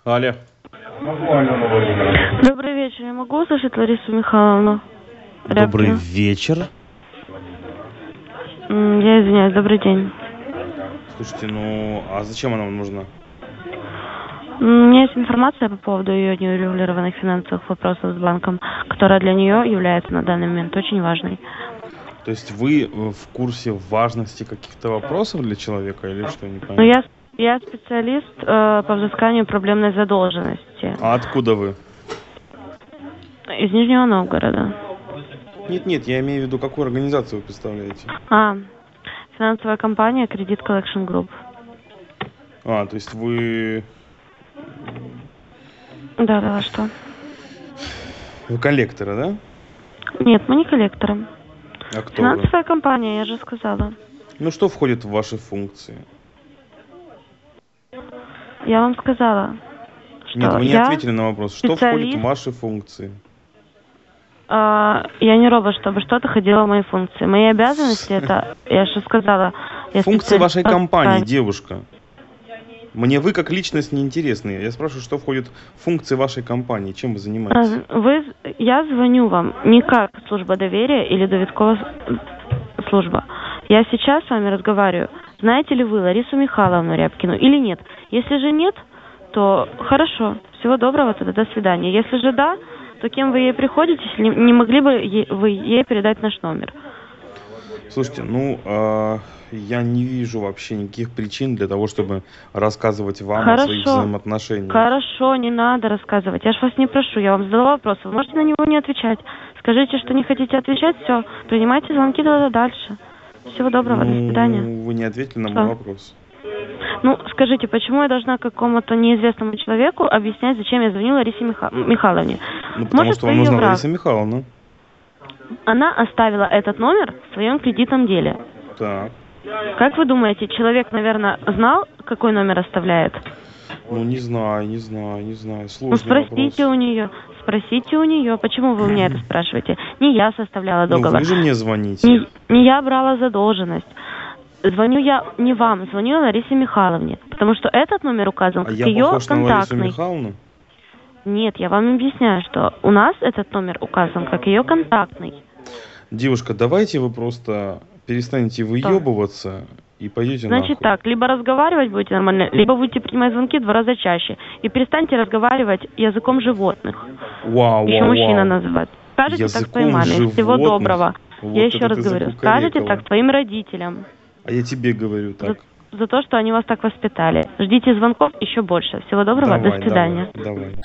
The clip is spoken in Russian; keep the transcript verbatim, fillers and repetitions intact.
Алло. Добрый вечер. Я могу услышать Ларису Михайловну? Добрый Рябкину? вечер. М, Я извиняюсь. Добрый день. Слушайте, ну, а зачем она вам нужна? М, У меня есть информация по поводу ее неурегулированных финансовых вопросов с банком, которая для нее является на данный момент очень важной. То есть вы э, в курсе важности каких-то вопросов для человека или что, не Но понял? я, я специалист э, по взысканию проблемной задолженности А откуда вы? из Нижнего Новгорода. Нет-нет, я имею в виду, какую организацию вы представляете? А, финансовая компания Credit Collection Group. А, то есть вы... Да, да, что? Вы коллекторы, да? Нет, мы не коллекторы. А кто вы? Финансовая компания, я же сказала. Ну, что входит в ваши функции? Я вам сказала, что Нет, вы не я ответили на вопрос. Что входит специалист. в ваши функции? А, я не робот, чтобы что-то ходило в мои функции. Мои обязанности это, я же сказала, я Функции специалист вашей по компании, взысканию. девушка. Мне вы как личность не интересны. Я спрашиваю, что входит в функции вашей компании, чем вы занимаетесь? А, Вы, я звоню вам не как служба доверия или доведкова с- служба. Я сейчас с вами разговариваю. Знаете ли вы Ларису Михайловну Рябкину или нет? Если же нет, то хорошо. Всего доброго, тогда до свидания. Если же да, то кем вы ей приходите, не, не могли бы е- вы ей передать наш номер? Слушайте, ну, э, я не вижу вообще никаких причин для того, чтобы рассказывать вам о своих Хорошо. взаимоотношениях. Хорошо, не надо рассказывать. Я ж вас не прошу, я вам задала вопрос. Вы можете на него не отвечать. Скажите, что не хотите отвечать, все. Принимайте звонки тогда дальше. Всего доброго, до свидания. Ну, вы не ответили на Что? мой вопрос. Ну, скажите, почему я должна какому-то неизвестному человеку объяснять, зачем я звонила Ларисе Миха... Михайловне? Ну, потому Может, что вы вам ее нужна враг. Лариса Михайловна. Она оставила этот номер в своем кредитном деле. Так. Как вы думаете, человек, наверное, знал, какой номер оставляет? Ну, не знаю, не знаю, не знаю. Ну, Сложный спросите вопрос. у нее. Спросите у нее, почему вы у меня это спрашиваете? Не я составляла Ну, договор. вы же мне звоните. Не, не я брала задолженность. Звоню я не вам, звоню Ларисе Михайловне, потому что этот номер указан А как я ее похож на Ларису контактный. Михайловну? Нет, я вам объясняю, что у нас этот номер указан как ее контактный. Девушка, давайте вы просто перестанете выебываться и пойдете Значит нахуй. так, либо разговаривать будете нормально, либо будете принимать звонки в два раза чаще. И перестаньте разговаривать языком животных. Вау, Еще вау, мужчина вау. называть. Скажите так своей Языком маме. Всего животных? доброго. Вот Я еще это раз ты говорю. закукарекала. Скажите так своим родителям. А я тебе говорю так. За, за то, что они вас так воспитали. Ждите звонков еще больше. Всего доброго. Давай, До свидания. давай, давай.